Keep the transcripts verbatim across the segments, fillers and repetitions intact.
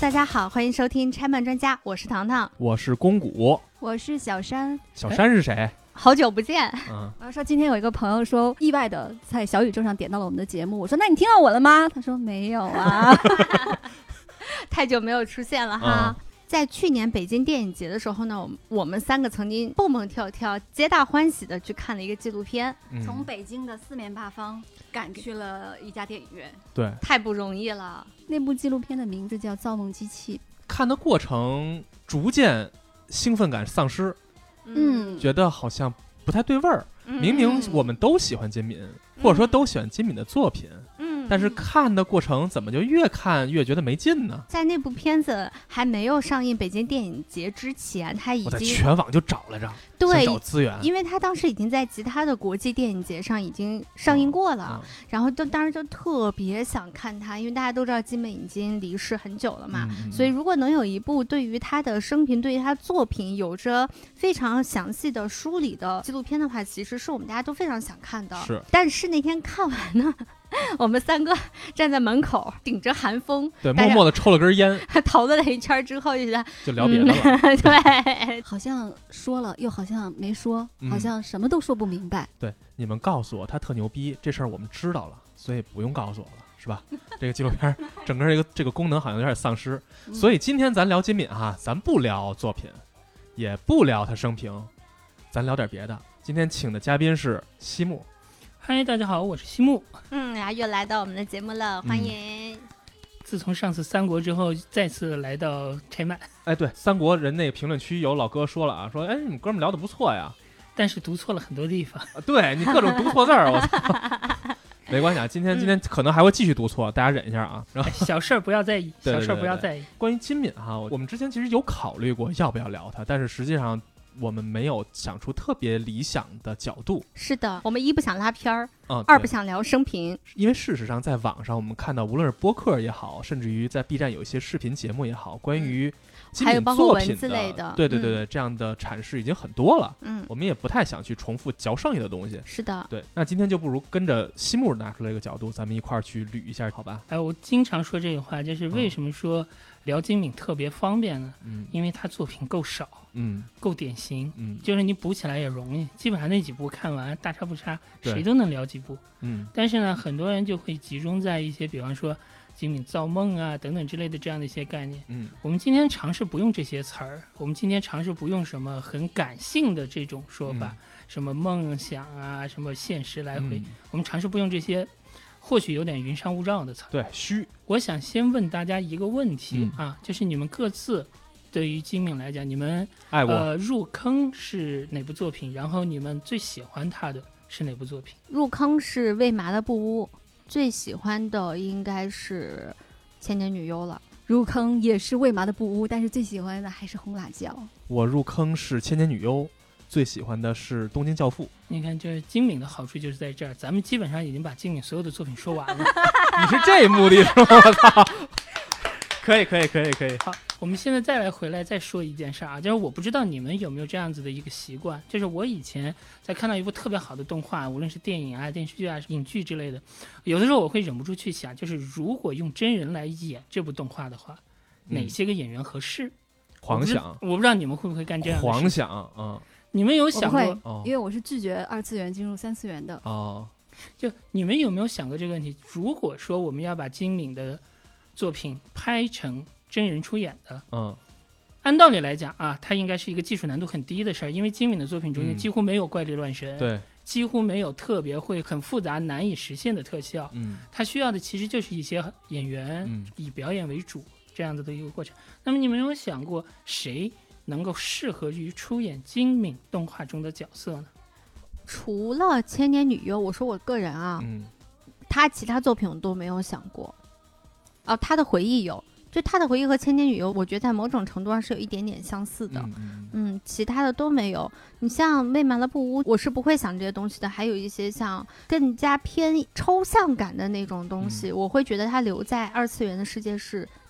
大家好，欢迎收听拆漫专家，我是糖糖， 我是公谷， 我是小山。 小山是谁？ 好久不见。 嗯， 我要说今天有一个朋友说意外的在小宇宙上点到了我们的节目，我说那你听到我了吗？他说没有啊。 太久没有出现了哈、 嗯、 在去年北京电影节的时候呢，我们三个曾经蹦蹦跳跳皆大欢喜的去看了一个纪录片、 嗯、从北京的四面八方赶去了一家电影院， 对， 太不容易了。 那部纪录片的名字叫《造梦机器》， 看的过程逐渐兴奋感丧失， 嗯， 觉得好像不太对味儿、 嗯、 明明我们都喜欢金敏、嗯、或者说都喜欢金敏的作品， 嗯， 但是看的过程怎么就越看越觉得没劲呢？ 在那部片子还没有上映北京电影节之前，他已经我在全网就找来着， 对， 找资源， 因为他当时已经在其他的国际电影节上已经上映过了、嗯嗯、然后就当时就特别想看他，因为大家都知道金敏已经离世很久了嘛、嗯、所以如果能有一部对于他的生平对于他作品有着非常详细的梳理的纪录片的话，其实是我们大家都非常想看的。 是， 但是那天看完呢，我们三个站在门口顶着寒风， 对，默默的抽了根烟， 讨论了一圈之后就觉得就聊别的了、 嗯、对， 好像说了又好像没说、 嗯、 好像什么都说不明白。 对，你们告诉我他特牛逼，这事儿我们知道了，所以不用告诉我了，是吧？这个纪录片整个这个这个功能好像有点丧失、嗯、所以今天咱聊金敏哈，咱不聊作品，也不聊他生平，咱聊点别的。今天请的嘉宾是西木。 嗨，大家好，我是西木。 嗯，然后又来到我们的节目了，欢迎。嗯、 自从上次三国之后，再次来到拆漫。 哎，对，三国人那个评论区有老哥说了啊，说哎，你们哥们聊得不错呀， 但是读错了很多地方。 啊、对你各种读错字儿，我操。没关系啊，今天今天可能还会继续读错，大家忍一下啊。然后小事儿不要在意， 对对对对对， 小事儿不要在意。 关于金敏哈，我们之前其实有考虑过要不要聊他，但是实际上我们没有想出特别理想的角度。 是的，我们一不想拉片儿、 嗯， 二不想聊生平。 因为事实上在网上我们看到，无论是播客也好，甚至于在 B 站有一些视频节目也好，关于金敏作品的， 类的对对对对、嗯，这样的阐释已经很多了。 嗯， 我们也不太想去重复嚼剩下的东西。 是的， 对。那今天就不如跟着西木拿出来一个角度，咱们一块儿去捋一下，好吧？ 哎，我经常说这个话，就是为什么说聊金敏特别方便呢？ 嗯， 因为他作品够少， 嗯， 够典型， 嗯， 就是你补起来也容易，基本上那几部看完大差不差，谁都能聊几部。 嗯， 但是呢，很多人就会集中在一些，比方说金敏造梦啊等等之类的这样的一些概念。 嗯， 我们今天尝试不用这些词儿，我们今天尝试不用什么很感性的这种说法，嗯、什么梦想啊，什么现实来回，嗯、我们尝试不用这些或许有点云山雾罩的词儿。 对，虚。 我想先问大家一个问题、 嗯、 啊，就是你们各自对于金敏来讲，你们爱过呃入坑是哪部作品？然后你们最喜欢他的是哪部作品？ 入坑是为麻的布屋，最喜欢的应该是千年女优了。 入坑也是为麻的布屋，但是最喜欢的还是红辣椒。 我入坑是千年女优，最喜欢的是东京教父。 你看，这金敏的好处就是在这儿，咱们基本上已经把金敏所有的作品说完了。 你是这目的是吗？我操！可以可以可以可以。 好，我们现在再来回来再说一件事啊，就是我不知道你们有没有这样子的一个习惯，就是我以前在看到一部特别好的动画，无论是电影啊、电视剧啊、影剧之类的，有的时候我会忍不住去想，就是如果用真人来演这部动画的话， 嗯、 哪些个演员合适？ 狂想， 我不知道你们会不会干这样的事。 狂想，嗯， 你们有想过？ 哦、因为我是拒绝二次元进入三次元的。 哦， 就你们有没有想过这个问题？如果说我们要把金敏的作品拍成真人出演的， 嗯， 按道理来讲啊，它应该是一个技术难度很低的事儿，因为金敏的作品中间几乎没有怪力乱神， 嗯、对， 几乎没有特别会很复杂难以实现的特效， 嗯， 它需要的其实就是一些演员、 嗯、 以表演为主这样子的一个过程。那么你们有想过谁能够适合于出演金敏动画中的角色呢？ 除了千年女优，我说我个人啊， 嗯， 他其他作品我都没有想过。哦，他的回忆有，就他的回忆和千年女优，我觉得在某种程度上是有一点点相似的。 嗯, 嗯，其他的都没有。你像为麻的布屋，我是不会想这些东西的。还有一些像更加偏抽象感的那种东西，嗯、我会觉得它留在二次元的世界是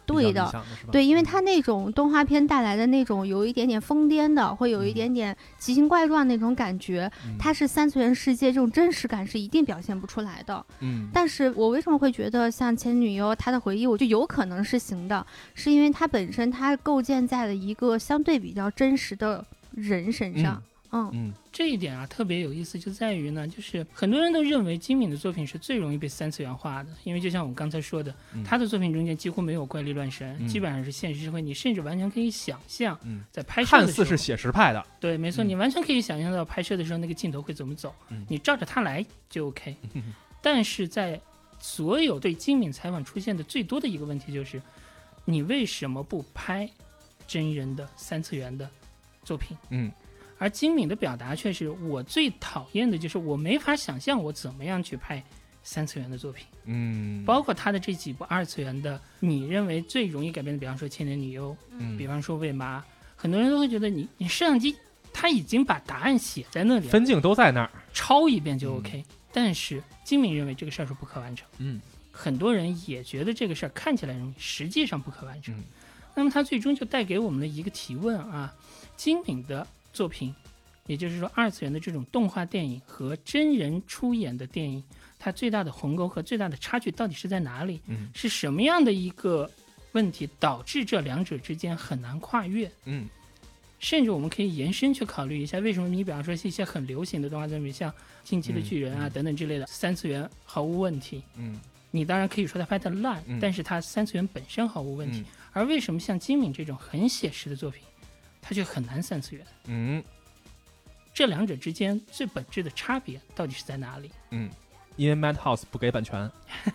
对的，对，因为它那种动画片带来的那种有一点点疯癫的，会有一点点奇形怪状那种感觉，嗯、它是三次元世界这种真实感是一定表现不出来的。嗯，但是我为什么会觉得像前女优她的回忆，我就有可能是行的，是因为它本身它构建在了一个相对比较真实的人身上。嗯嗯，这一点啊特别有意思，就在于呢，就是很多人都认为金敏的作品是最容易被三次元化的，因为就像我刚才说的，嗯、他的作品中间几乎没有怪力乱神，嗯、基本上是现实社会，你甚至完全可以想象，在拍摄的时候， 看似是写实派的， 对，没错，嗯、你完全可以想象到拍摄的时候那个镜头会怎么走，嗯、你照着它来就 OK。嗯、但是在所有对金敏采访出现的最多的一个问题就是，你为什么不拍真人的三次元的作品？嗯。而金敏的表达却是我最讨厌的，就是我没法想象我怎么样去拍三次元的作品。嗯，包括他的这几部二次元的，你认为最容易改编的，比方说《千年女优》，嗯，比方说《为妈》，很多人都会觉得你你摄像机他已经把答案写在那里了， 分镜都在那儿， 抄一遍就 OK。嗯、但是金敏认为这个事儿是不可完成。嗯，很多人也觉得这个事儿看起来容易，实际上不可完成。嗯、那么他最终就带给我们的一个提问啊，金敏的作品，也就是说二次元的这种动画电影和真人出演的电影，它最大的鸿沟和最大的差距到底是在哪里？嗯，是什么样的一个问题导致这两者之间很难跨越？嗯，甚至我们可以延伸去考虑一下，为什么你比方说一些很流行的动画作品，像《进击的巨人》啊、嗯、等等之类的，三次元毫无问题。嗯，你当然可以说它拍得烂，嗯、但是它三次元本身毫无问题。嗯、而为什么像金敏这种很写实的作品，它就很难三次元？嗯，这两者之间最本质的差别到底是在哪里？嗯， 因为 Madhouse 不给版权。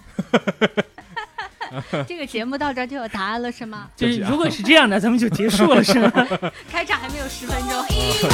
这个节目到这儿就有答案了是吗？ 就是如果是这样的，咱们就结束了是吗？ 开场还没有十分钟。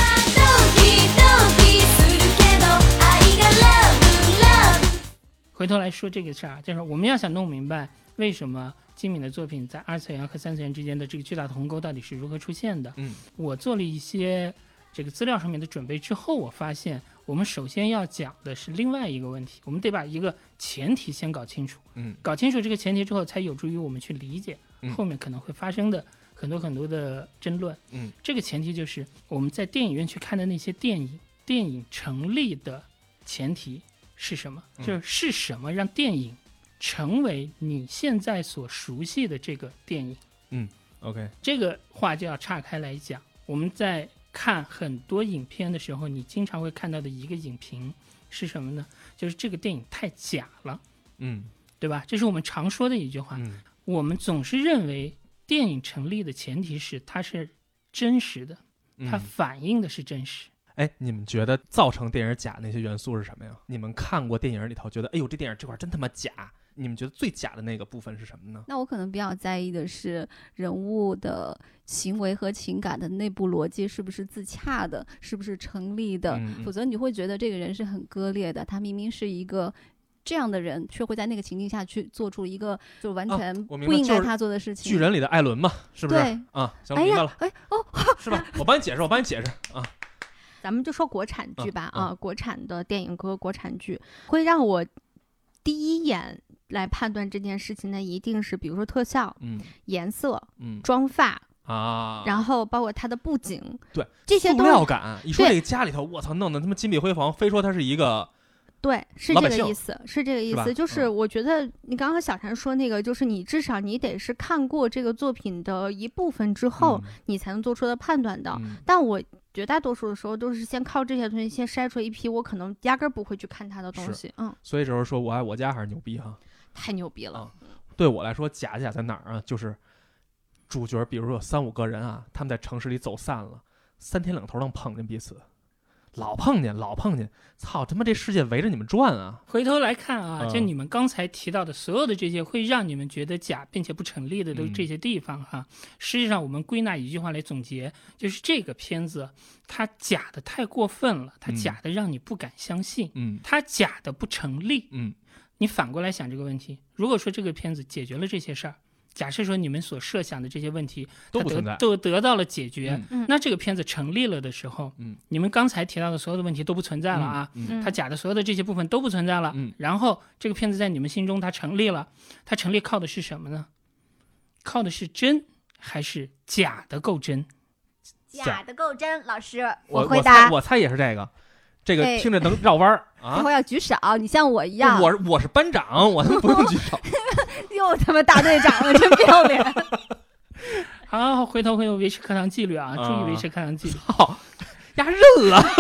回头来说这个事儿，就是我们要想弄明白为什么金敏的作品在二次元和三次元之间的这个巨大的鸿沟到底是如何出现的。嗯，我做了一些这个资料上面的准备之后，我发现我们首先要讲的是另外一个问题，我们得把一个前提先搞清楚。嗯，搞清楚这个前提之后，才有助于我们去理解后面可能会发生的很多很多的争论。嗯，这个前提就是我们在电影院去看的那些电影，电影成立的前提是什么？嗯、就是是什么让电影成为你现在所熟悉的这个电影？ 嗯 ，OK， 这个话就要岔开来讲。我们在看很多影片的时候，你经常会看到的一个影评是什么呢？就是这个电影太假了。嗯，对吧？这是我们常说的一句话。嗯、我们总是认为电影成立的前提是它是真实的，它反映的是真实。 哎、嗯，你们觉得造成电影假那些元素是什么呀？你们看过电影里头觉得，哎呦，这电影这块真他妈假。你们觉得最假的那个部分是什么呢？ 那我可能比较在意的是人物的行为和情感的内部逻辑是不是自洽的，是不是成立的。嗯嗯，否则你会觉得这个人是很割裂的，他明明是一个这样的人，却会在那个情境下去做出一个就完全不应该他做的事情。 巨人里的艾伦嘛，是不是？ 对啊，行了，明白了。 哎哦， 是吧？我帮你解释，我帮你解释啊。 咱们就说国产剧吧，啊，啊国产的电影和国产剧会让我第一眼来判断这件事情呢，一定是比如说特效、嗯、颜色、嗯、妆发啊，然后包括它的布景， 对这些塑料感。一说这个家里头，我操，弄得他妈金碧辉煌，非说它是一个。 对，是这个意思，是这个意思，就是我觉得你刚刚小婵说那个，就是你至少你得是看过这个作品的一部分之后，嗯、你才能做出的判断的。嗯、但我绝大多数的时候都是先靠这些东西先筛出一批，我可能压根儿不会去看它的东西。嗯， 所以这时候说我爱我家还是牛逼哈， 太牛逼了。 嗯、对我来说，假假在哪儿啊？就是主角，比如说有三五个人啊，他们在城市里走散了，三天两头能碰见彼此。老碰见老碰见，操他妈这世界围着你们转啊！ 回头来看啊，嗯、就你们刚才提到的所有的这些会让你们觉得假并且不成立的都这些地方哈，嗯、实际上我们归纳一句话来总结，就是这个片子它假的太过分了，它假的让你不敢相信，嗯，它假的不成立，嗯，你反过来想这个问题，如果说这个片子解决了这些事儿。假设说你们所设想的这些问题都不存在， 都得到了解决，嗯、那这个片子成立了的时候，嗯、你们刚才提到的所有的问题都不存在了啊，嗯、它假的所有的这些部分都不存在了，嗯、然后这个片子在你们心中它成立了，它成立靠的是什么呢？ 靠的是真还是假的够真？ 假的够真，老师， 我回答， 我 猜, 我猜也是这个，这个听着能绕弯儿、哎、啊！ 一会儿要举手，你像我一样， 我我是班长，我他妈不用举手， 又他妈大队长了，真不要脸！ 好，回头回头维持课堂纪律啊，注意维持课堂纪律。 好，呀认了。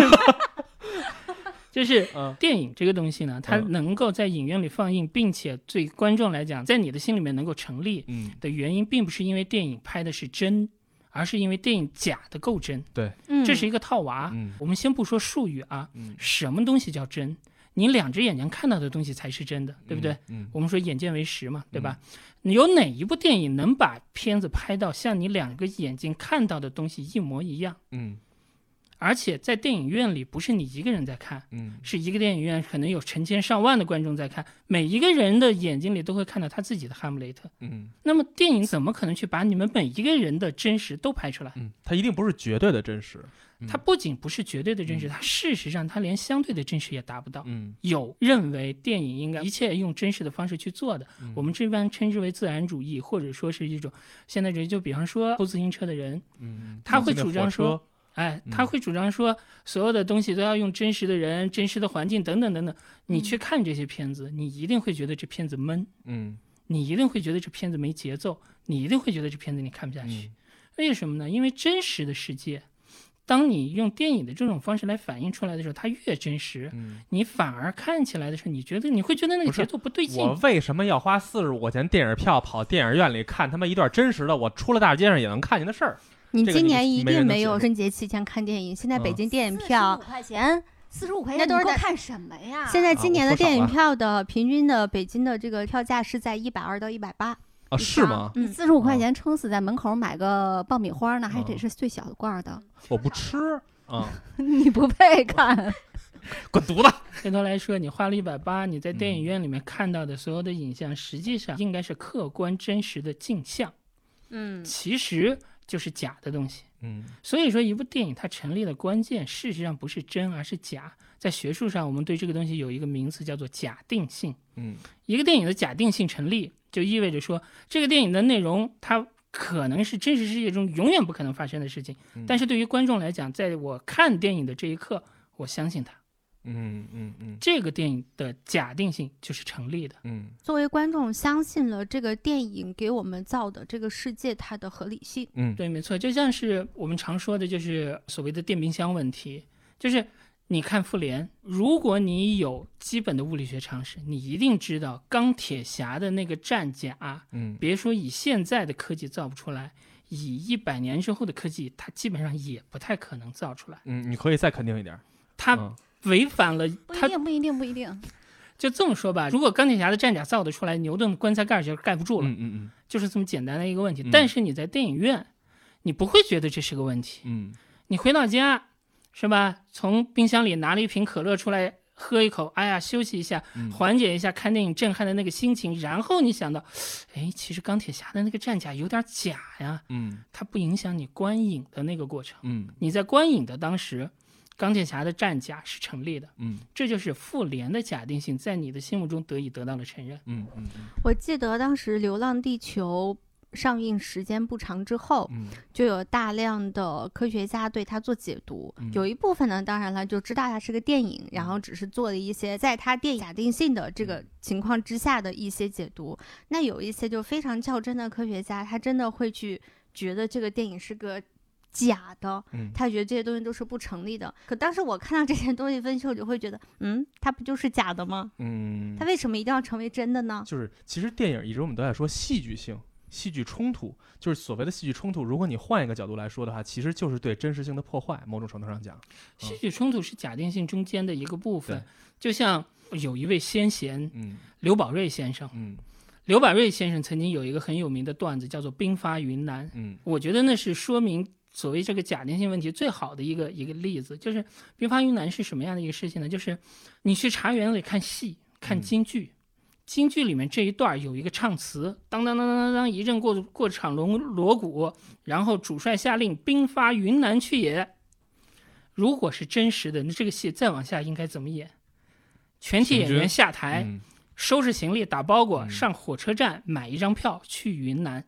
就是电影这个东西呢，它能够在影院里放映，并且对观众来讲，在你的心里面能够成立的原因，并不是因为电影拍的是真，而是因为电影假的够真。 对， 这是一个套娃。嗯、我们先不说术语啊、嗯，什么东西叫真？你两只眼睛看到的东西才是真的，对不对？嗯嗯、我们说眼见为实嘛，对吧？嗯、有哪一部电影能把片子拍到像你两个眼睛看到的东西一模一样？嗯。而且在电影院里不是你一个人在看、嗯、是一个电影院可能有成千上万的观众在看，每一个人的眼睛里都会看到他自己的哈姆雷特、嗯、那么电影怎么可能去把你们每一个人的真实都拍出来、 嗯、它一定不是绝对的真实、 嗯、它不仅不是绝对的真实、嗯、它事实上它连相对的真实也达不到、嗯、有认为电影应该一切用真实的方式去做的、嗯、我们这般称之为自然主义，或者说是一种现在人就比方说偷自行车的人、嗯、他会主张说哎，他会主张说所有的东西都要用真实的人、真实的环境等等等等。你去看这些片子，你一定会觉得这片子闷，嗯，你一定会觉得这片子没节奏，你一定会觉得这片子你看不下去。嗯、为什么呢？因为真实的世界，当你用电影的这种方式来反映出来的时候，它越真实，嗯、你反而看起来的时候，你觉得你会觉得那个节奏不对劲。 我为什么要花四十五块钱电影票跑电影院里看他妈一段真实的，我出了大街上也能看见的事儿？ 你今年一定没有春节期间看电影。现在北京电影票四十五块钱，四十五块钱那都是看什么呀？ 现在今年的电影票的平均的北京的这个票价是在一百二到一百八啊？是吗？ 嗯，四十五块钱撑死在门口买个爆米花呢，还得是最小的罐的。 我不吃啊， 你不配看， 滚犊子！ 回头来说，你花了一百八，你在电影院里面看到的所有的影像，实际上应该是客观真实的镜像。嗯，其实就是假的东西。嗯，所以说一部电影它成立的关键事实上不是真而是假。在学术上我们对这个东西有一个名词叫做假定性。嗯，一个电影的假定性成立就意味着说这个电影的内容它可能是真实世界中永远不可能发生的事情、嗯、但是对于观众来讲，在我看电影的这一刻我相信它。嗯嗯嗯，这个电影的假定性就是成立的。嗯， 作为观众相信了这个电影给我们造的这个世界它的合理性。 嗯，对，没错，就像是我们常说的，就是所谓的电冰箱问题。就是你看复联，如果你有基本的物理学常识，你一定知道钢铁侠的那个战甲，嗯，别说以现在的科技造不出来，以一百年之后的科技，它基本上也不太可能造出来。 嗯，你可以再肯定一点， 它、嗯违反了他， 不一定不一定不一定。 就这么说吧，如果钢铁侠的战甲造得出来，牛顿棺材盖就盖不住了。 嗯嗯嗯， 就是这么简单的一个问题。嗯、但是你在电影院，你不会觉得这是个问题。嗯，你回到家，是吧？从冰箱里拿了一瓶可乐出来，喝一口，哎呀，休息一下，嗯、缓解一下看电影震撼的那个心情。然后你想到，哎，其实钢铁侠的那个战甲有点假呀。嗯，它不影响你观影的那个过程。嗯，你在观影的当时。钢铁侠的战甲是成立的，嗯，这就是复联的假定性在你的心目中得以得到了承认。 嗯嗯嗯， 我记得当时《流浪地球》上映时间不长之后、嗯、就有大量的科学家对它做解读、嗯、有一部分呢当然了就知道它是个电影、嗯、然后只是做了一些在它电影假定性的这个情况之下的一些解读、嗯、那有一些就非常较真的科学家，他真的会去觉得这个电影是个假的，他觉得这些东西都是不成立的、嗯、可当时我看到这些东西分析，我就会觉得嗯，它不就是假的吗？嗯，它为什么一定要成为真的呢？ 就是其实电影一直我们都在说戏剧性、戏剧冲突，就是所谓的戏剧冲突，如果你换一个角度来说的话，其实就是对真实性的破坏，某种程度上讲、嗯、 戏剧冲突是假定性中间的一个部分。就像有一位先贤、嗯、刘宝瑞先生，嗯，刘宝瑞先生曾经有一个很有名的段子叫做兵发云南，嗯，我觉得那是说明所谓这个假定性问题最好的一个一个例子。就是兵发云南是什么样的一个事情呢？就是你去茶园里看戏，看京剧、嗯、京剧里面这一段有一个唱词，当当当当当，一阵过过场锣锣鼓，然后主帅下令兵发云南去也。如果是真实的，那这个戏再往下应该怎么演？全体演员下台、嗯、收拾行李打包裹、嗯、上火车站买一张票去云南。嗯，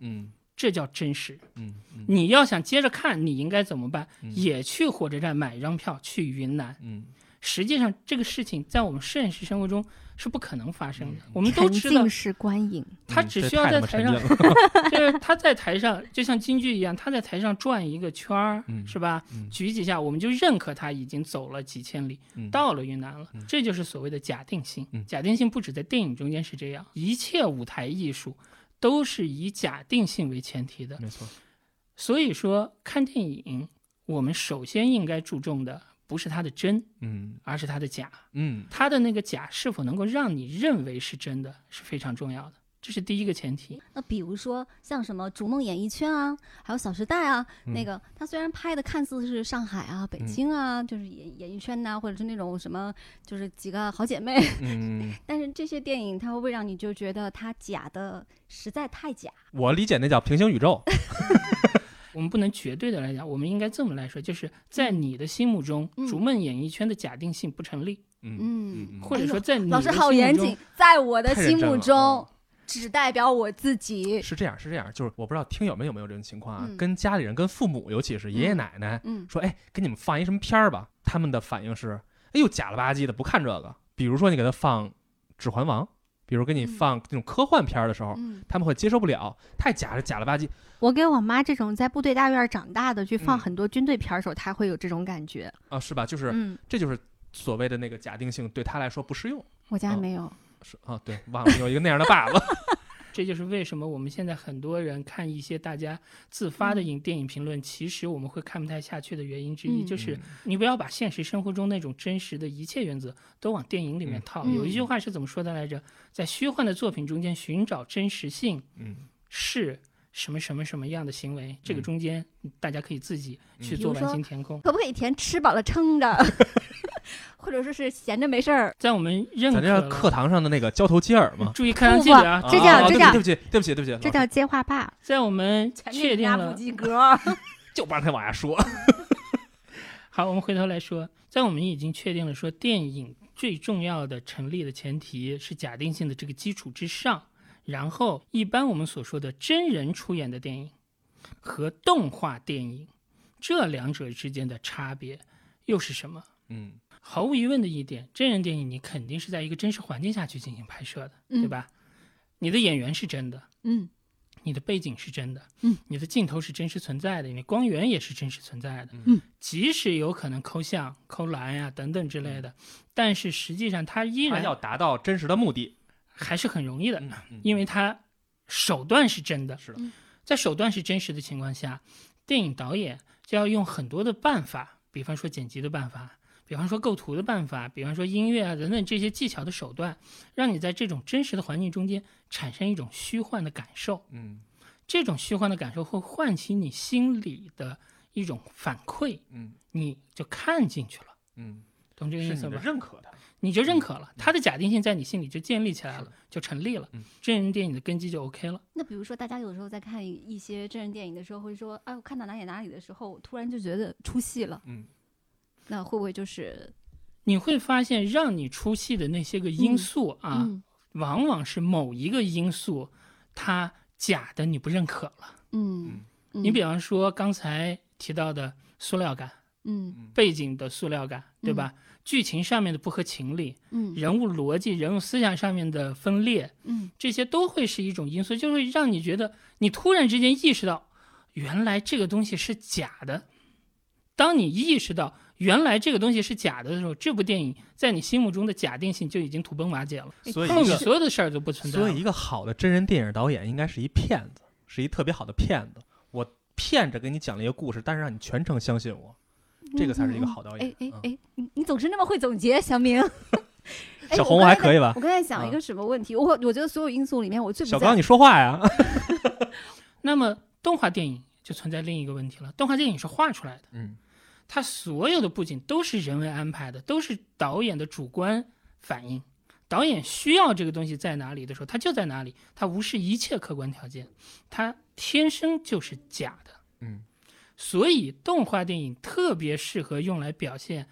这叫真实。 嗯嗯、 你要想接着看，你应该怎么办？ 嗯、 也去火车站买一张票去云南。 嗯， 实际上这个事情在我们现实生活中是不可能发生的。嗯、我们都知道， 沉浸式观影， 他只需要在台上，就是他在台上就像京剧一样，他在台上转一个圈儿， 嗯、 是吧？ 嗯、 举几下，我们就认可他已经走了几千里， 嗯、 到了云南了。 嗯、 这就是所谓的假定性。 嗯、 假定性不止在电影中间是这样，一切舞台艺术都是以假定性为前提的。 没错。 所以说，看电影，我们首先应该注重的不是它的真， 嗯， 而是它的假， 嗯， 它的那个假是否能够让你认为是真的，是非常重要的，这是第一个前提。 那比如说像什么《逐梦演艺圈》啊，还有《小时代》啊， 嗯、 那个它虽然拍的看似是上海啊、北京啊，嗯、就是演演艺圈呐、啊，或者是那种什么，就是几个好姐妹， 嗯， 但是这些电影它会不会让你就觉得它假的实在太假？ 我理解那叫平行宇宙。 我们不能绝对的来讲，我们应该这么来说，就是在你的心目中， 嗯、 逐梦演艺圈的假定性不成立。 嗯， 嗯或者说在你的、哎、老师好严谨，在我的心目中只代表我自己。 是这样，是这样，就是我不知道听友们有没有这种情况啊？ 嗯、 跟家里人、跟父母，尤其是爷爷奶奶， 嗯， 说，哎，给你们放一什么片儿吧，他们的反应是，哎呦，假了吧唧的，不看这个。比如说你给他放《指环王》。比如给你放那种科幻片的时候， 嗯、 他们会接受不了，太假了，假了吧唧。 我给我妈这种在部队大院长大的，去放很多军队片的时候，她、嗯、会有这种感觉啊，是吧？就是， 嗯、 这就是所谓的那个假定性，对她来说不适用。 我家没有， 嗯、是啊，对，忘了有一个那样的爸爸。 这就是为什么我们现在很多人看一些大家自发的影电影评论、嗯，其实我们会看不太下去的原因之一， 嗯、 就是你不要把现实生活中那种真实的一切原则都往电影里面套。 嗯、 有一句话是怎么说的来着？在虚幻的作品中间寻找真实性， 嗯， 是什么什么什么样的行为？嗯、这个中间大家可以自己去做完形填空。 可不可以填吃饱了撑着？或者说是闲着没事儿， 在我们认可咱这课堂上的那个交头接耳嘛， 注意课堂纪律啊！ 这叫这叫对不起对不起对不起， 这叫接话霸。 在我们确定了不及格， 就不让他往下说。 好，我们回头来说，在我们已经确定了说电影最重要的成立的前提是假定性的这个基础之上，然后一般我们所说的真人出演的电影和动画电影这两者之间的差别又是什么？ 嗯， 毫无疑问的一点，真人电影你肯定是在一个真实环境下去进行拍摄的， 嗯、 对吧？你的演员是真的， 嗯， 你的背景是真的， 嗯， 你的镜头是真实存在的，你光源也是真实存在的， 嗯， 即使有可能抠像、抠栏呀、啊、等等之类的，嗯、但是实际上它依然它要达到真实的目的， 还是很容易的， 嗯嗯、 因为它手段是真的。 是的， 在手段是真实的情况下，电影导演就要用很多的办法，比方说剪辑的办法。比方说构图的办法，比方说音乐啊等等这些技巧的手段，让你在这种真实的环境中间产生一种虚幻的感受。 嗯， 这种虚幻的感受会唤起你心里的一种反馈。 嗯， 你就看进去了。 嗯， 懂这个意思吧？ 认可它， 你就认可了，它的假定性在你心里就建立起来了，就成立了。 嗯， 真人电影的根基就 OK 了。 那比如说，大家有时候在看一些真人电影的时候，会说：“哎，我看到哪里哪里的时候，突然就觉得出戏了。” 嗯。 那会不会就是你会发现让你出戏的那些个因素啊、 嗯嗯、 往往是某一个因素它假的你不认可了。 嗯， 你比方说刚才提到的塑料感， 嗯， 背景的塑料感，对吧？嗯、剧情上面的不合情理， 嗯， 人物逻辑、人物思想上面的分裂， 嗯， 这些都会是一种因素，就会让你觉得你突然之间意识到，原来这个东西是假的。当你意识到原来这个东西是假的的时候，这部电影在你心目中的假定性就已经土崩瓦解了， 所以后面所有的事儿都不存在了。 所以一个好的真人电影导演应该是一骗子，是一特别好的骗子。我骗着给你讲了一个故事，但是让你全程相信我，这个才是一个好导演。 哎哎哎，你你总是那么会总结，小明。 小红我还可以吧？ 我刚才想一个什么问题？我我觉得所有因素里面，我最不小刚你说话呀。 那么动画电影就存在另一个问题了，动画电影是画出来的， 嗯。 它所有的布景都是人为安排的，都是导演的主观反应。导演需要这个东西在哪里的时候，它就在哪里，它无视一切客观条件，它天生就是假的。 嗯， 所以动画电影特别适合用来表现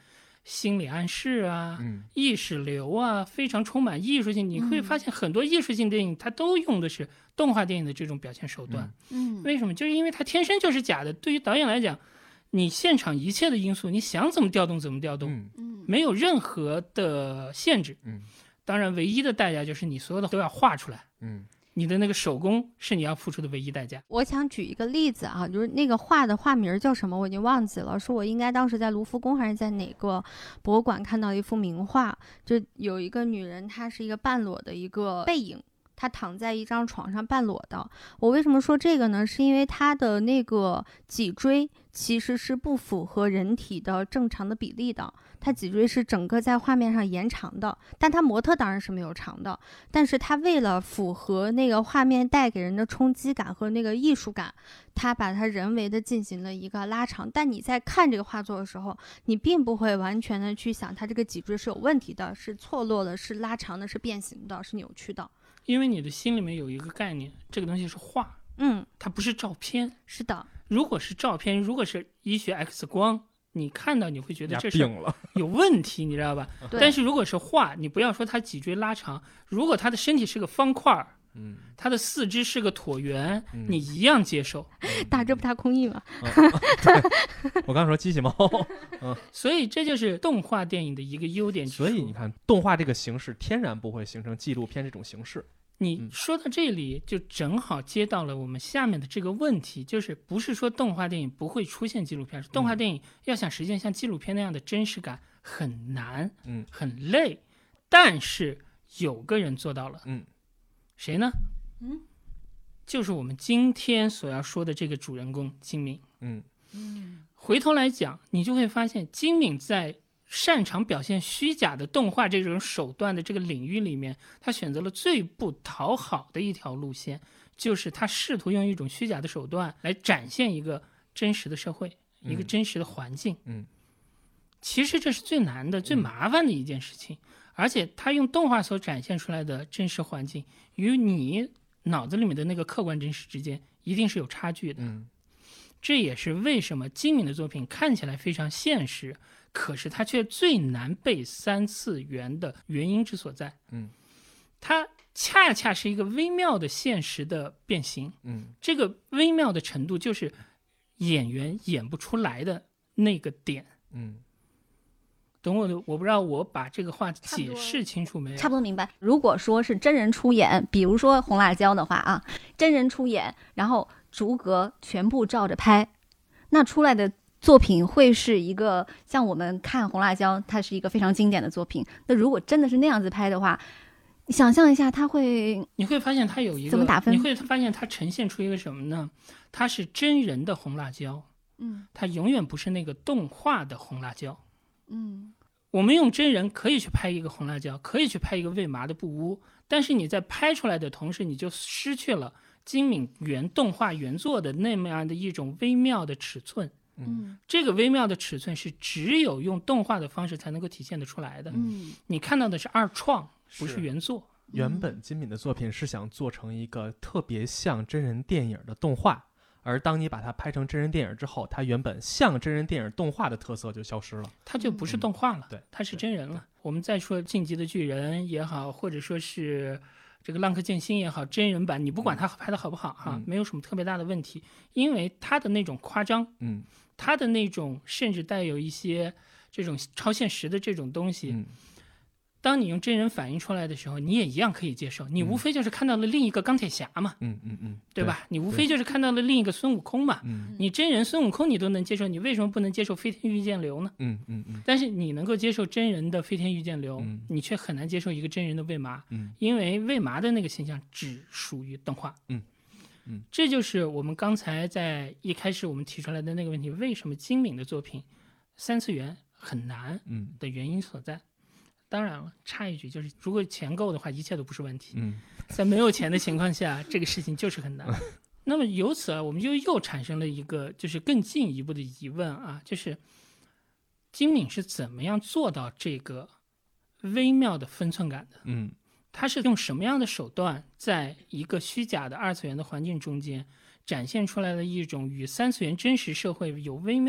心理暗示啊、 嗯、 意识流啊，非常充满艺术性。你会发现很多艺术性电影它都用的是动画电影的这种表现手段。 嗯， 为什么？就是因为它天生就是假的。对于导演来讲，你现场一切的因素，你想怎么调动怎么调动， 嗯， 没有任何的限制。 嗯， 当然唯一的代价就是你所有的都要画出来。 嗯。 你的那个手工是你要付出的唯一代价。 我想举一个例子啊，就是那个画的画名叫什么我已经忘记了，是我应该当时在卢浮宫还是在哪个博物馆看到一幅名画，就有一个女人，她是一个半裸的一个背影，她躺在一张床上半裸的。我为什么说这个呢？是因为她的那个脊椎其实是不符合人体的正常的比例的，它脊椎是整个在画面上延长的，但它模特当然是没有长的，但是它为了符合那个画面带给人的冲击感和那个艺术感，它把它人为的进行了一个拉长。但你在看这个画作的时候，你并不会完全的去想它这个脊椎是有问题的，是错落的，是拉长的，是变形的，是扭曲的。 因为你的心里面有一个概念，这个东西是画， 嗯， 它不是照片。 是的， 如果是照片，如果是医学 X 光，你看到你会觉得这是有问题，你知道吧？但是如果是画，你不要说它脊椎拉长，如果他的身体是个方块，嗯，他的四肢是个椭圆，嗯、你一样接受。 大这不大空翼吗？ 嗯、我刚说机器猫。嗯， 所以这就是动画电影的一个优点之处。 所以你看，动画这个形式天然不会形成纪录片这种形式。 你说到这里，就正好接到了我们下面的这个问题，就是不是说动画电影不会出现纪录片，是动画电影要想实现像纪录片那样的真实感很难， 嗯， 很累。但是有个人做到了， 嗯， 谁呢？ 嗯， 就是我们今天所要说的这个主人公金敏。 嗯嗯， 回头来讲，你就会发现金敏在擅长表现虚假的动画这种手段的这个领域里面，他选择了最不讨好的一条路线，就是他试图用一种虚假的手段来展现一个真实的社会， 嗯、 一个真实的环境。 嗯， 其实这是最难的、最麻烦的一件事情。嗯、而且他用动画所展现出来的真实环境，与你脑子里面的那个客观真实之间一定是有差距的。 嗯， 这也是为什么金敏的作品看起来非常现实，可是它却最难被三次元的原因之所在。 嗯， 它恰恰是一个微妙的现实的变形。 嗯， 这个微妙的程度就是演员演不出来的那个点。 嗯， 等我的，我不知道我把这个话解释清楚没有？ 差不多明白。如果说是真人出演，比如说红辣椒的话啊，真人出演，然后逐格全部照着拍，那出来的作品会是一个像我们看红辣椒，它是一个非常经典的作品。那如果真的是那样子拍的话，你想象一下，它会你会发现它有一个怎么打分？ 你会发现它呈现出一个什么呢？它是真人的红辣椒， 嗯， 它永远不是那个动画的红辣椒。 嗯， 我们用真人可以去拍一个红辣椒，可以去拍一个喂麻的布屋，但是你在拍出来的同时，你就失去了金敏原动画原作的那么样的一种微妙的尺寸。 嗯， 这个微妙的尺寸是只有用动画的方式才能够体现得出来的。 嗯， 你看到的是二创，不是原作。 原本金敏的作品是想做成一个特别像真人电影的动画，而当你把它拍成真人电影之后，它原本像真人电影动画的特色就消失了， 它就不是动画了， 嗯、对， 它是真人了。我们再说《进击的巨人》也好，或者说是这个《浪客剑心》也好，真人版你不管它拍的好不好哈、 嗯， 没有什么特别大的问题，因为它的那种夸张， 嗯， 它的那种甚至带有一些这种超现实的这种东西。 嗯， 当你用真人反映出来的时候，你也一样可以接受。你无非就是看到了另一个钢铁侠嘛， 嗯嗯嗯， 对吧？你无非就是看到了另一个孙悟空嘛。 嗯， 你真人孙悟空你都能接受，你为什么不能接受飞天御剑流呢？ 嗯嗯嗯。 但是你能够接受真人的飞天御剑流， 嗯、 你却很难接受一个真人的魏麻， 嗯， 因为魏麻的那个形象只属于动画。 嗯嗯， 这就是我们刚才在一开始我们提出来的那个问题：为什么金敏的作品三次元很难的原因所在。嗯，当然了，插一句，就是如果钱够的话，一切都不是问题。 嗯， 在没有钱的情况下，这个事情就是很难。那么由此啊，我们就又产生了一个就是更进一步的疑问啊，就是金敏是怎么样做到这个微妙的分寸感的？ 嗯， 他是用什么样的手段，在一个虚假的二次元的环境中间，展现出来了一种与三次元真实社会有微妙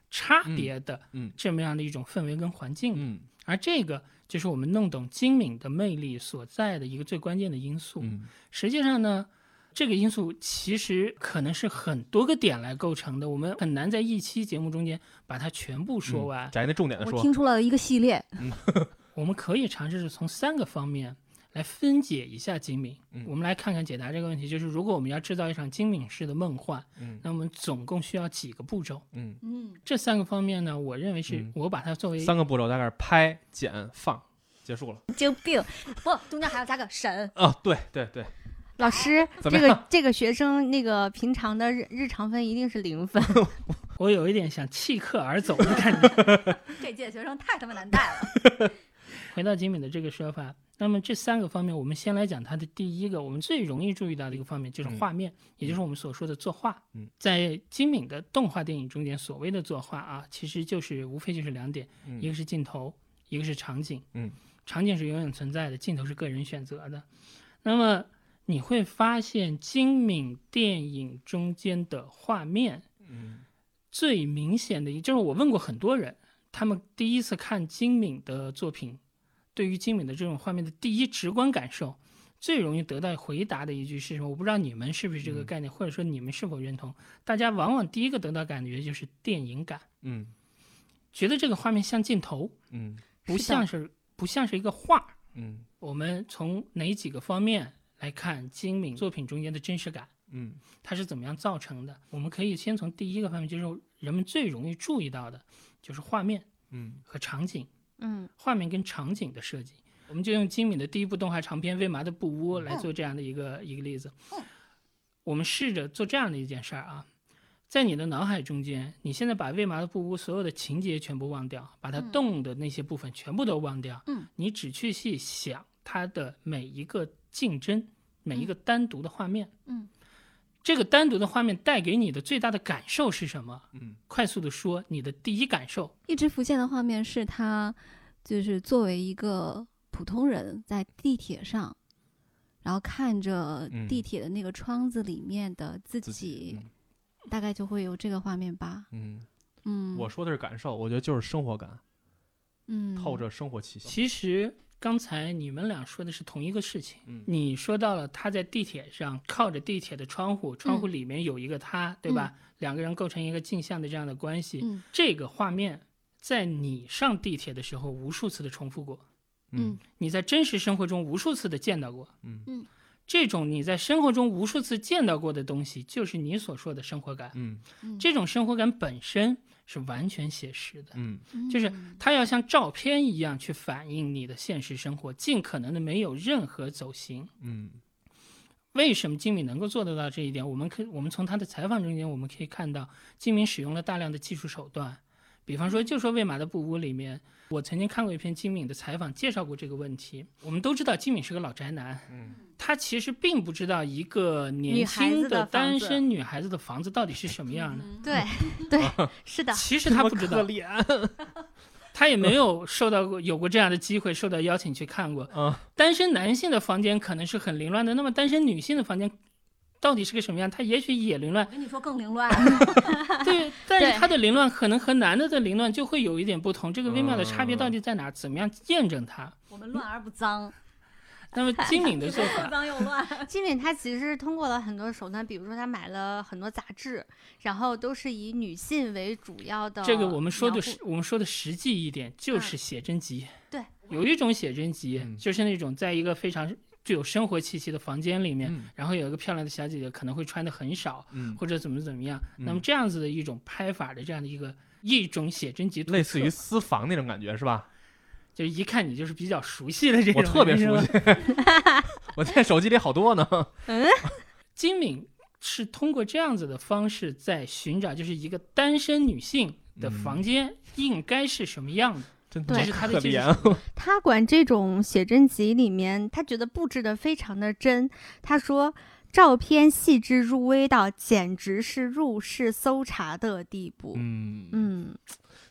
差别的这么样的一种氛围跟环境。 嗯， 而这个就是我们弄懂精敏的魅力所在的一个最关键的因素。 嗯， 实际上呢，这个因素其实可能是很多个点来构成的，我们很难在一期节目中间把它全部说完。 嗯、摘那重点的说。 我听出了一个系列。 嗯， 我们可以尝试从三个方面来分解一下精敏。 嗯， 我们来看看解答这个问题，就是如果我们要制造一场精敏式的梦幻， 嗯， 那我们总共需要几个步骤？ 嗯嗯， 这三个方面呢，我认为是、嗯、我把它作为三个步骤，大概是拍、剪、放，结束了。 精病不，中间还要加个神。 哦，对对对。 老师，这个这个学生那个平常的日日常分一定是零分。 我有一点想弃课而走的感觉。 这届学生太他妈难带了。 回到精敏的这个说法，那么这三个方面，我们先来讲它的第一个，我们最容易注意到的一个方面就是画面，嗯、也就是我们所说的作画。 嗯， 在精敏的动画电影中间，所谓的作画啊，其实就是无非就是两点， 嗯、 一个是镜头，一个是场景。 嗯， 场景是永远存在的，镜头是个人选择的。那么你会发现精敏电影中间的画面， 嗯， 最明显的就是我问过很多人，他们第一次看精敏的作品，对于精敏的这种画面的第一直观感受，最容易得到回答的一句是什么？我不知道你们是不是这个概念， 嗯、 或者说你们是否认同？大家往往第一个得到感觉就是电影感， 嗯， 觉得这个画面像镜头， 嗯， 不像是不像是一个画， 嗯， 我们从哪几个方面来看精敏作品中间的真实感？ 嗯， 它是怎么样造成的？我们可以先从第一个方面，就是人们最容易注意到的，就是画面， 嗯， 和场景， 嗯， 画面跟场景的设计。我们就用精敏的第一部动画长片《未麻的布屋》来做这样的一个、嗯、一个例子。我们试着做这样的一件事儿啊，在你的脑海中间，你现在把《未麻的布屋》所有的情节全部忘掉，把它动的那些部分全部都忘掉， 嗯， 你只去细想它的每一个竞争，每一个单独的画面， 嗯， 这个单独的画面带给你的最大的感受是什么？ 嗯， 快速的说，你的第一感受。 一直浮现的画面是他，就是作为一个普通人在地铁上，然后看着地铁的那个窗子里面的自己， 自己嗯、大概就会有这个画面吧。 嗯嗯， 我说的是感受，我觉得就是生活感， 嗯， 透着生活气息。 其实刚才你们俩说的是同一个事情， 嗯， 你说到了他在地铁上靠着地铁的窗户，窗户里面有一个他，嗯、对吧？两个人构成一个镜像的这样的关系， 嗯， 这个画面在你上地铁的时候无数次的重复过， 嗯， 你在真实生活中无数次的见到过， 嗯嗯， 这种你在生活中无数次见到过的东西，就是你所说的生活感， 嗯， 这种生活感本身是完全写实的， 嗯， 就是它要像照片一样去反映你的现实生活，尽可能的没有任何走形， 嗯。 为什么金敏能够做得到这一点？我们可我们从他的采访中间我们可以看到，金敏使用了大量的技术手段，比方说，就说《未麻的布屋》里面，我曾经看过一篇金敏的采访，介绍过这个问题。我们都知道金敏是个老宅男， 嗯， 他其实并不知道一个年轻的单身女孩子的房子到底是什么样的。 对，对，是的。 其实他不知道，他也没有受到过有过这样的机会，受到邀请去看过。 嗯， 单身男性的房间可能是很凌乱的，那么单身女性的房间到底是个什么样？他也许也凌乱。 我跟你说更凌乱。 对，但是他的凌乱可能和男的的凌乱就会有一点不同。这个微妙的差别到底在哪？怎么样验证它？ 我们乱而不脏。 那么金敏的做法， 又脏又乱。 金敏他其实是通过了很多手段，比如说他买了很多杂志，然后都是以女性为主要的。 这个我们说的是，我们说的实际一点，就是写真集。 嗯、对， 有一种写真集， 嗯、 就是那种在一个非常具有生活气息的房间里面， 嗯、 然后有一个漂亮的小姐姐，可能会穿的很少， 嗯、 或者怎么怎么样。 嗯、 那么这样子的一种拍法的这样的一个一种写真集， 类似于私房那种感觉是吧？ 就一看你就是比较熟悉的这种， 我特别熟悉，我在手机里好多呢。 嗯， 金敏是通过这样子的方式在寻找，就是一个单身女性的房间应该是什么样的。 真的是他的技术。 他管这种写真集里面，他觉得布置的非常的真。他说，照片细致入微到简直是入室搜查的地步。 嗯嗯。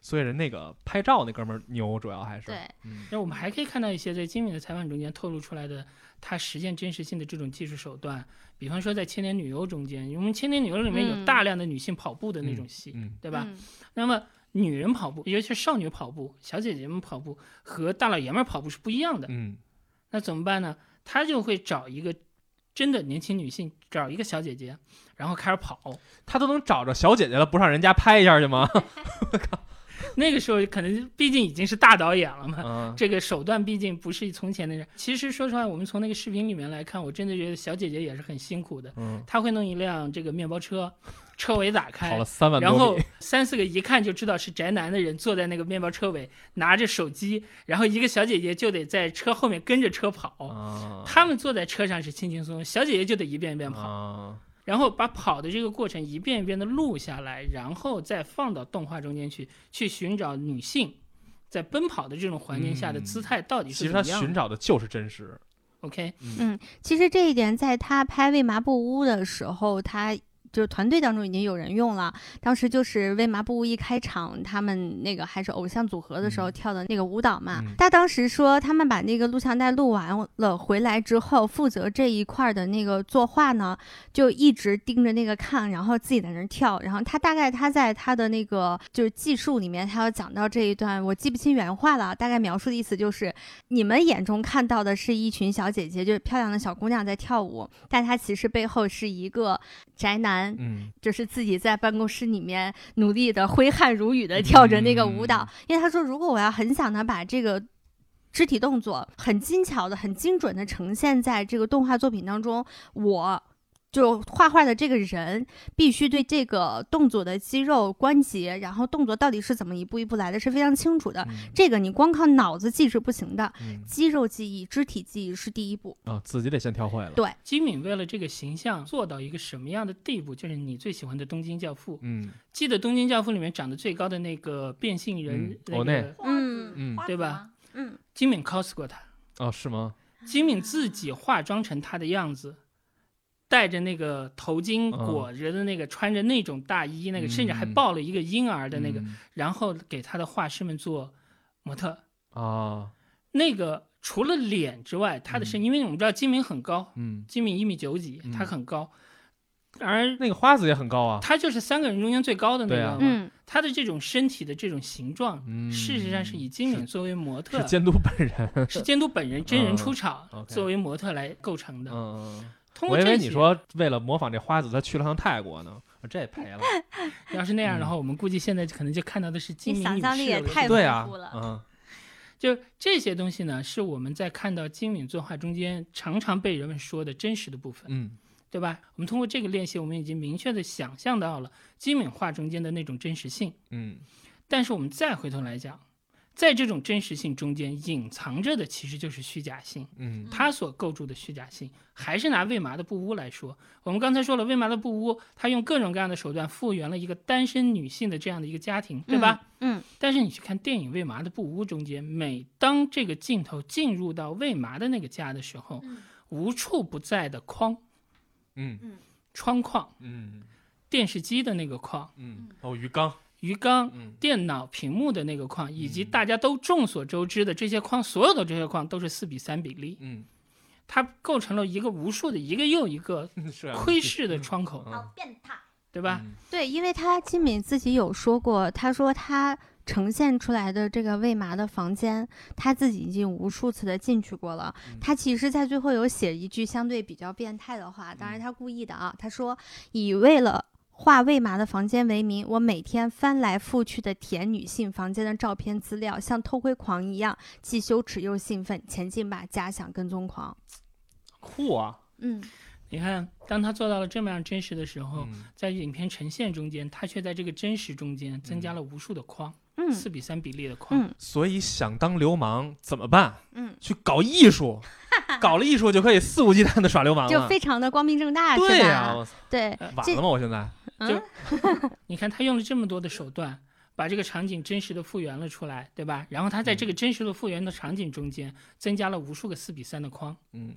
所以人那个拍照那哥们儿牛，主要还是对。 嗯， 那我们还可以看到一些在金敏的采访中间透露出来的他实现真实性的这种技术手段，比方说在《千年女优》中间，我们《千年女优》里面有大量的女性跑步的那种戏， 嗯嗯、 对吧？ 嗯、 那么女人跑步，尤其是少女跑步、小姐姐们跑步和大老爷们跑步是不一样的。 嗯， 那怎么办呢？他就会找一个真的年轻女性，找一个小姐姐，然后开始跑。 他都能找着小姐姐了，不上人家拍一下去吗？我靠！ 那个时候可能毕竟已经是大导演了嘛， 嗯、 这个手段毕竟不是从前的人。其实说实话，我们从那个视频里面来看，我真的觉得小姐姐也是很辛苦的。 嗯， 她会弄一辆这个面包车，车尾打开， 跑了三万多米，然后三四个一看就知道是宅男的人坐在那个面包车尾，拿着手机，然后一个小姐姐就得在车后面跟着车跑。 啊、 他们坐在车上是轻轻松松，小姐姐就得一遍一遍跑。 啊， 然后把跑的这个过程一遍一遍的录下来，然后再放到动画中间去，去寻找女性在奔跑的这种环境下的姿态到底是怎么样的。 其实他寻找的就是真实。 OK， 嗯，其实这一点在他拍《为麻布屋》的时候，他就是团队当中已经有人用了。当时就是《为麻布屋》一开场，他们那个还是偶像组合的时候跳的那个舞蹈嘛。 嗯、 他当时说，他们把那个录像带录完了回来之后，负责这一块的那个作画呢，就一直盯着那个看，然后自己在那跳。然后他大概他在他的那个就是技术里面，他要讲到这一段，我记不清原话了，大概描述的意思就是，你们眼中看到的是一群小姐姐，就是漂亮的小姑娘在跳舞，但她其实背后是一个宅男。 嗯， 就是自己在办公室里面努力的挥汗如雨的跳着那个舞蹈、嗯、因为他说如果我要很想的把这个肢体动作很精巧的很精准的呈现在这个动画作品当中，我就画画的这个人必须对这个动作的肌肉关节，然后动作到底是怎么一步一步来的是非常清楚的、嗯、这个你光靠脑子记是不行的、嗯、肌肉记忆肢体记忆是第一步、 哦、自己得先跳会了。 对， 金敏为了这个形象做到一个什么样的地步，就是你最喜欢的东京教父。 嗯， 记得东京教父里面长得最高的那个变性人、嗯、那个嗯嗯，对吧？ 嗯， 金敏 cos 过他。 哦，是吗？ 金敏自己化妆成他的样子，戴着那个头巾裹着的那个、嗯、穿着那种大衣那个、嗯、甚至还抱了一个婴儿的那个、嗯、然后给他的画师们做模特啊。 那个除了脸之外，他的身、嗯、因为我们知道金敏很高， 嗯， 金敏一米九几、嗯、他很高，而那个花子也很高啊， 他就是三个人中间最高的那个、 啊嗯、他的这种身体的这种形状、嗯、事实上是以金敏作为模特， 是监督本人是监督本人真人出场、 嗯 okay、 作为模特来构成的。 嗯， 我以为你说为了模仿这花子他去了趟泰国呢，这也赔了。 要是那样的话、嗯、我们估计现在可能就看到的是金敏女士了。 你想象力也太丰富了。 对啊，嗯， 就这些东西呢，是我们在看到金敏作画中间常常被人们说的真实的部分， 嗯， 对吧？我们通过这个练习，我们已经明确的想象到了金敏画中间的那种真实性， 嗯， 但是我们再回头来讲，在这种真实性中间隐藏着的其实就是虚假性， 嗯， 它所构筑的虚假性。还是拿魏麻的布屋来说，我们刚才说了，魏麻的布屋它用各种各样的手段复原了一个单身女性的这样的一个家庭，对吧？ 嗯，嗯但是你去看电影魏麻的布屋中间，每当这个镜头进入到魏麻的那个家的时候、嗯、无处不在的框， 嗯， 窗框， 嗯， 电视机的那个框， 嗯，哦，鱼缸鱼缸、 嗯、 电脑屏幕的那个框，以及大家都众所周知的这些框，所有的这些框都是四比三比例， 嗯， 它构成了一个无数的一个又一个窥视的窗口， 好变态， 对吧？ 嗯、 对，因为他金敏自己有说过，他说他呈现出来的这个魏麻的房间，他自己已经无数次的进去过了、嗯、他其实在最后有写一句相对比较变态的话，当然他故意的啊，他说以为了画魏麻的房间为名，我每天翻来覆去的填女性房间的照片资料，像偷窥狂一样，既羞耻又兴奋，前进吧假想跟踪狂。 酷啊。 嗯， 你看当他做到了这么样真实的时候、 嗯、 在影片呈现中间，他却在这个真实中间增加了无数的框， 嗯， 四比三比例的框、 嗯、 所以想当流氓怎么办？ 嗯， 去搞艺术搞了艺术就可以肆无忌惮的耍流氓了， 就非常的光明正大， 对呀、啊， 我对、 呃、晚了吗我现在就你看他用了这么多的手段把这个场景真实的复原了出来，对吧？然后他在这个真实的复原的场景中间增加了无数个四比三的框， 嗯，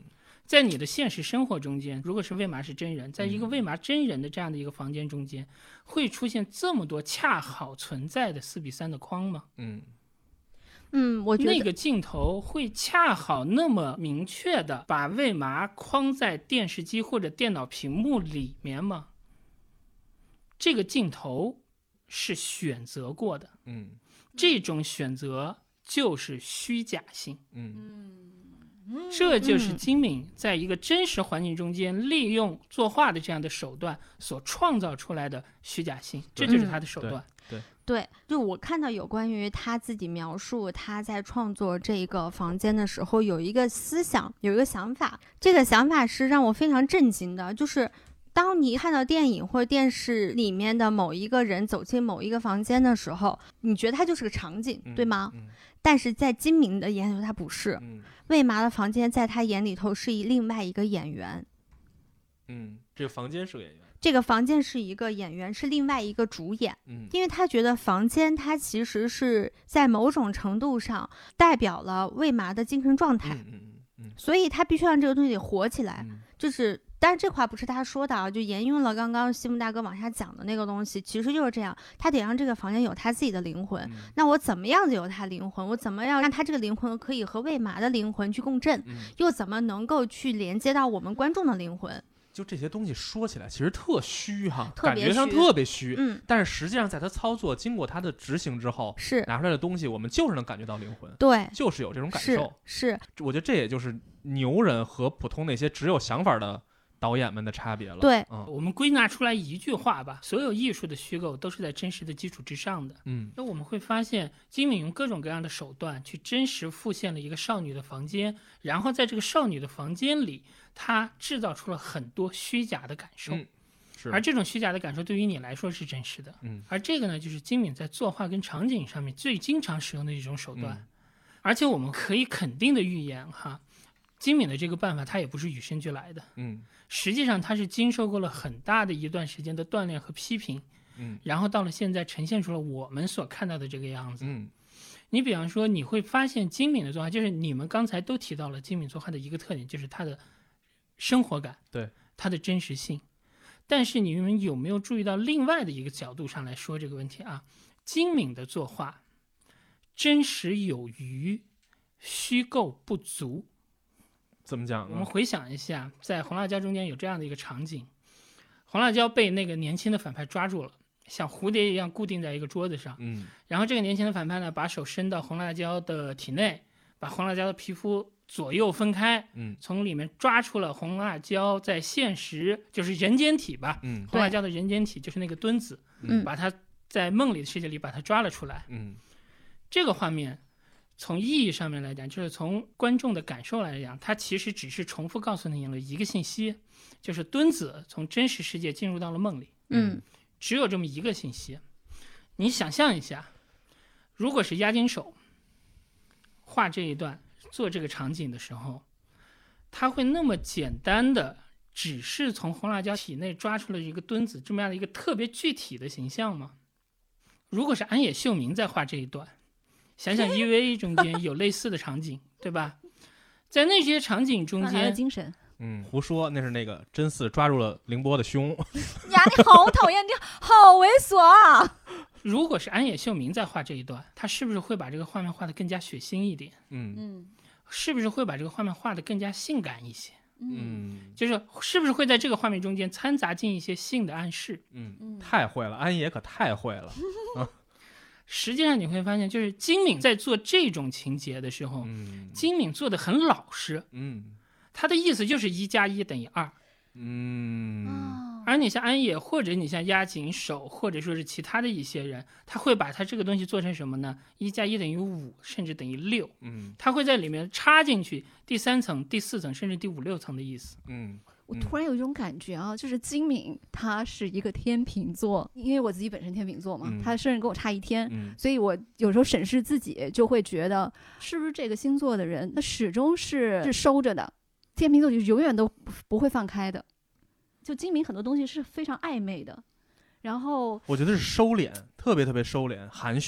在你的现实生活中间，如果是魏麻是真人，在一个魏麻真人的这样的一个房间中间，嗯、会出现这么多恰好存在的四比三的框吗？ 嗯嗯，我觉得那个镜头会恰好那么明确的把魏麻框在电视机或者电脑屏幕里面吗？这个镜头是选择过的， 嗯， 这种选择就是虚假性， 嗯， 这就是金敏在一个真实环境中间利用作画的这样的手段所创造出来的虚假性，这就是他的手段。 嗯、对。对对，就我看到有关于他自己描述他在创作这个房间的时候，有一个思想，有一个想法，这个想法是让我非常震惊的，就是当你看到电影或者电视里面的某一个人走进某一个房间的时候，你觉得他就是个场景， 嗯、 对吗？ 嗯、 但是在金敏的眼里头他不是， 嗯、 魏麻的房间在他眼里头是以另外一个演员。 嗯，这个房间是个演员。 这个房间是一个演员，是另外一个主演， 嗯， 因为他觉得房间它其实是在某种程度上代表了魏麻的精神状态， 嗯嗯嗯， 所以他必须让这个东西得活起来， 嗯、 就是，但是这话不是他说的啊，就沿用了刚刚西木大哥往下讲的那个东西，其实就是这样，他得让这个房间有他自己的灵魂， 嗯、 那我怎么样子有他灵魂？我怎么样让他这个灵魂可以和魏麻的灵魂去共振？ 嗯、 又怎么能够去连接到我们观众的灵魂？ 就这些东西说起来其实特虚哈， 特别虚感觉上特别虚， 嗯， 但是实际上在他操作经过他的执行之后， 是拿出来的东西，我们就是能感觉到灵魂， 对， 就是有这种感受， 是，是我觉得这也就是牛人和普通那些只有想法的导演们的差别了。 对， 嗯， 我们归纳出来一句话吧，所有艺术的虚构都是在真实的基础之上的。 嗯， 那我们会发现金敏用各种各样的手段去真实复现了一个少女的房间，然后在这个少女的房间里，她制造出了很多虚假的感受。 嗯，是。 而这种虚假的感受对于你来说是真实的。 嗯， 而这个呢，就是金敏在作画跟场景上面最经常使用的一种手段。 嗯， 而且我们可以肯定的预言哈，金敏的这个办法它也不是与生俱来的。 嗯， 实际上它是经受过了很大的一段时间的锻炼和批评。 嗯， 然后到了现在呈现出了我们所看到的这个样子。 嗯， 你比方说你会发现金敏的作画，就是你们刚才都提到了金敏作画的一个特点，就是它的生活感， 对， 它的真实性。但是你们有没有注意到另外的一个角度上来说这个问题啊？金敏的作画真实有余，虚构不足。 怎么讲呢？ 我们回想一下，在红辣椒中间有这样的一个场景，红辣椒被那个年轻的反派抓住了，像蝴蝶一样固定在一个桌子上。 嗯， 然后这个年轻的反派呢，把手伸到红辣椒的体内，把红辣椒的皮肤左右分开， 嗯， 从里面抓出了红辣椒在现实就是人间体吧， 嗯， 红辣椒的人间体就是那个墩子， 嗯， 把它在梦里的世界里把它抓了出来。 嗯， 这个画面从意义上面来讲，就是从观众的感受来讲，它其实只是重复告诉你了一个信息，就是墩子从真实世界进入到了梦里。 嗯， 只有这么一个信息。你想象一下，如果是押金手画这一段做这个场景的时候，他会那么简单的只是从红辣椒体内抓出了一个墩子这么样的一个特别具体的形象吗？如果是安野秀明在画这一段，想想 E V A 中间有类似的场景，对吧？在那些场景中间， 精神， 嗯，胡说，那是那个真嗣抓住了凌波的胸。 呀，你好讨厌，你好猥琐啊！ 如果是安野秀明在画这一段，他是不是会把这个画面画得更加血腥一点？ 嗯嗯， 是不是会把这个画面画得更加性感一些？ 嗯， 就是是不是会在这个画面中间掺杂进一些性的暗示？ 嗯，太会了，安野可太会了。啊， 实际上你会发现，就是金敏在做这种情节的时候， 嗯， 金敏做的很老实。 嗯， 他的意思就是一加一等于二。 嗯， 而你像安野，或者你像押井守，或者说是其他的一些人，他会把他这个东西做成什么呢？一加一等于五，甚至等于六。 嗯， 他会在里面插进去第三层、第四层，甚至第五六层的意思。 嗯， 我突然有一种感觉啊，就是金敏他是一个天秤座，因为我自己本身天秤座嘛， 嗯、 他生日跟我差一天、 嗯， 所以我有时候审视自己就会觉得，是不是这个星座的人他始终是是收着的，天秤座就永远都不会放开的。就金敏很多东西是非常暧昧的，然后我觉得是收敛，特别特别收敛、含蓄的。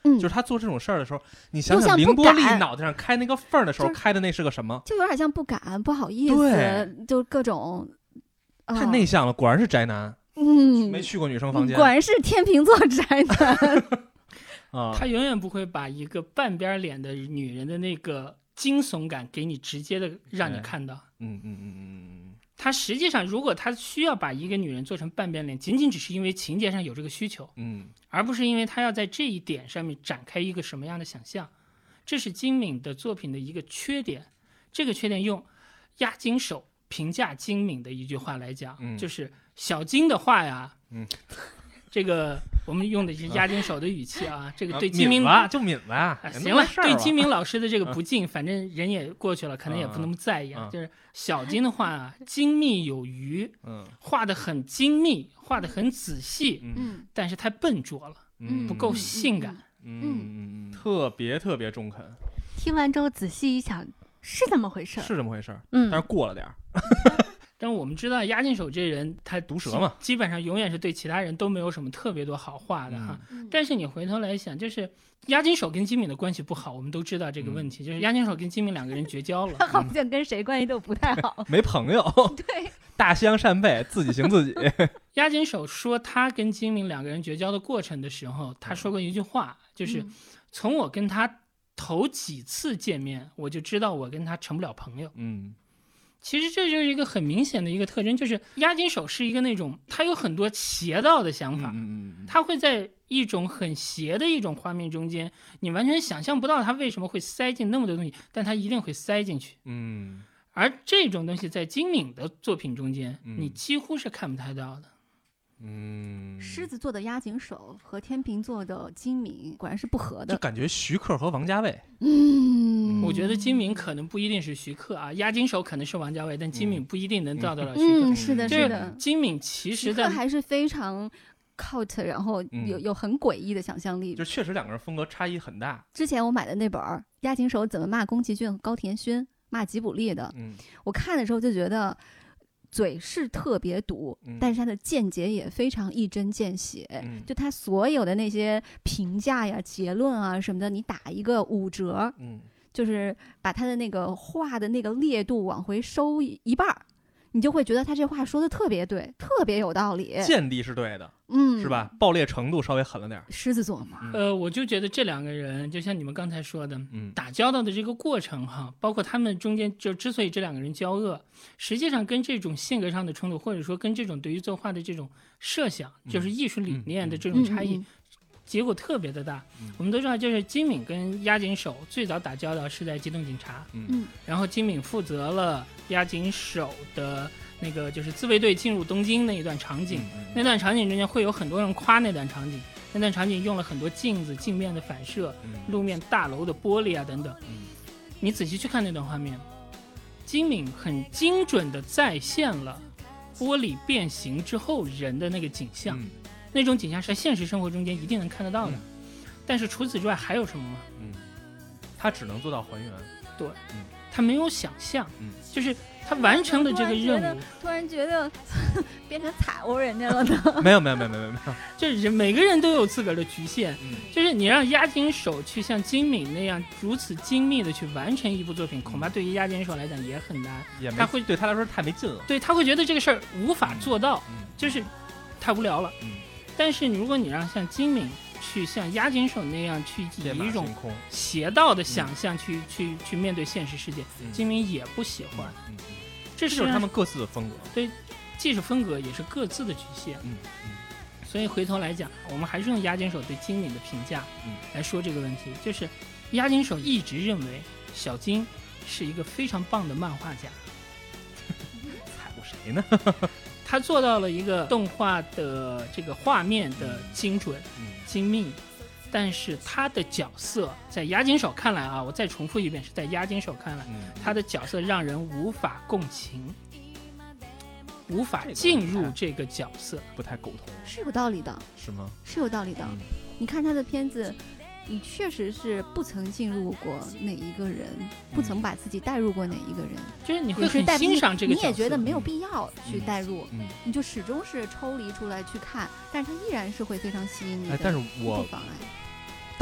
嗯， 就是他做这种事儿的时候，你想想凌波丽脑袋上开那个缝的时候开的那是个什么？ 就有点像不敢、不好意思，就各种、 哦、太内向了，果然是宅男。 嗯， 没去过女生房间， 果然是天秤座宅男。 啊， 他永远不会把一个半边脸的女人的那个惊悚感给你直接的让你看到。 嗯嗯嗯嗯嗯。 他实际上，如果他需要把一个女人做成半边脸，仅仅只是因为情节上有这个需求， 嗯， 而不是因为他要在这一点上面展开一个什么样的想象。这是金敏的作品的一个缺点。这个缺点用押井守评价金敏的一句话来讲， 嗯、 就是小金的话呀， 嗯， 这个我们用的是押井守的语气啊，这个对金敏啊，就敏了、啊啊，行了，对金敏老师的这个不敬，反正人也过去了，可能也不那么在意啊。就是小金的话啊，精密有余， 嗯， 画得很精密，画得很仔细， 嗯， 但是太笨拙了， 嗯， 不够性感， 嗯嗯嗯，特别特别中肯。 听完之后仔细一想，是这么回事， 是这么回事， 嗯， 但是过了点儿。 但是我们知道押井守这人他毒舌嘛， 基本上永远是对其他人都没有什么特别多好话的哈。 嗯、 但是你回头来想，就是押井守跟金敏的关系不好，我们都知道这个问题，嗯、就是押井守跟金敏两个人绝交了， 他好像跟谁关系都不太好， 没朋友， 对， 大西洋扇贝，自己行自己。 押井守说他跟金敏两个人绝交的过程的时候，他说过一句话，就是从我跟他头几次见面，我就知道我跟他成不了朋友。 嗯。 其实这就是一个很明显的一个特征，就是押井守是一个那种他有很多邪道的想法， 嗯嗯、 他会在一种很邪的一种画面中间，你完全想象不到他为什么会塞进那么多东西，但他一定会塞进去。 嗯， 而这种东西在金敏的作品中间， 嗯、 你几乎是看不太到的。 嗯， 狮子座的押井守和天秤座的金敏果然是不合的， 就感觉徐克和王家卫。 嗯， 我觉得金敏可能不一定是徐克啊，押井守可能是王家卫，但金敏不一定能到得了徐克。 嗯，是的，是的。 金敏其实在还是非常 cult， 然后有、嗯、有很诡异的想象力， 就确实两个人风格差异很大。 之前我买的那本《押井守怎么骂宫崎骏和高田勋，骂吉卜力的》， 嗯， 我看的时候就觉得。嘴是特别毒， 嗯、 但是他的见解也非常一针见血、 嗯。 就他所有的那些评价呀、结论啊什么的，你打一个五折， 嗯、 就是把他的那个话的那个烈度往回收一半，你就会觉得他这话说的特别对，特别有道理。 见地是对的， 嗯， 是吧？爆裂程度稍微狠了点。 狮子座嘛， 嗯、 呃，我就觉得这两个人，就像你们刚才说的， 嗯， 打交道的这个过程哈，包括他们中间就之所以这两个人交恶，实际上跟这种性格上的冲突，或者说跟这种对于作画的这种设想， 嗯、 就是艺术理念的这种差异。 嗯嗯嗯结果特别的大、 嗯， 我们都知道，就是金敏跟押井守最早打交道是在《机动警察》， 嗯， 然后金敏负责了押井守的那个就是自卫队进入东京那一段场景， 嗯、 那段场景中间会有很多人夸那段场景，那段场景用了很多镜子、镜面的反射、 嗯、 路面大楼的玻璃啊等等， 嗯、 你仔细去看那段画面，金敏很精准地再现了玻璃变形之后人的那个景象。 嗯， 那种景象是在现实生活中间一定能看得到的、嗯，但是除此之外还有什么吗？ 嗯，他只能做到还原。 对， 嗯， 他没有想象， 嗯， 就是他完成了这个任务。 突然觉得变成踩乎人家了呢？ 没有没有没有没有没有， 就是每个人都有自个儿的局限。 嗯， 就是你让押井守去像金敏那样如此精密的去完成一部作品，恐怕对于押井守来讲也很难。 也没他会对他来说太没劲了。 对，他会觉得这个事儿无法做到， 嗯， 就是太无聊了。 嗯。 但是如果你让像金敏去像押井守那样去以一种邪道的想象去、嗯、去去面对现实世界， 嗯、 金敏也不喜欢。 嗯嗯、 这是就是他们各自的风格。 对，既是风格，也是各自的局限。 嗯嗯。 所以回头来讲，我们还是用押井守对金敏的评价， 嗯，来说这个问题，就是押井守一直认为小金是一个非常棒的漫画家。 踩过谁呢？ 他做到了一个动画的这个画面的精准、 嗯、 精密，但是他的角色在押井守看来啊，我再重复一遍，是在押井守看来、嗯，他的角色让人无法共情，无法进入这个角色， 不太苟同， 是有道理的， 是吗？ 是有道理的。嗯、你看他的片子。你确实是不曾进入过哪一个人、嗯，不曾把自己带入过哪一个人， 就是你会很欣赏这个角色， 你也觉得没有必要去带入， 嗯嗯、 你就始终是抽离出来去看，但是它依然是会非常吸引你的。 哎，但是我不妨碍。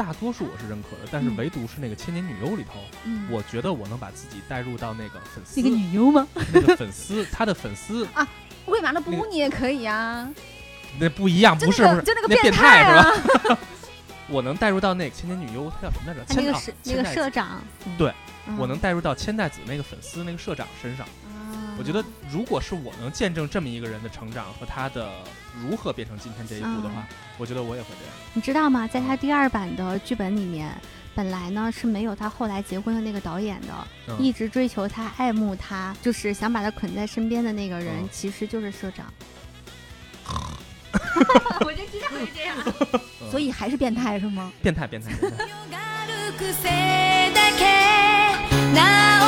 大多数我是认可的，但是唯独是那个《千年女优》里头， 嗯， 我觉得我能把自己带入到那个粉丝， 那个女优吗？ 那个粉丝，他的粉丝啊，为嘛那不你也可以啊？ 那不一样，不是不是， 就那个变态是吧？我能带入到那个千年女优，她叫什么来着？ 那个是那个社长， 对，我能带入到千代子那个粉丝那个社长身上。我觉得，如果是我能见证这么一个人的成长和他的如何变成今天这一步的话，我觉得我也会这样。 你知道吗？在他第二版的剧本里面，本来呢是没有他后来结婚的那个导演的，嗯、一直追求他、爱慕他，就是想把他捆在身边的那个人，嗯、其实就是社长。我就知道是这样， 所以还是变态是吗？ 变态，变态，变态。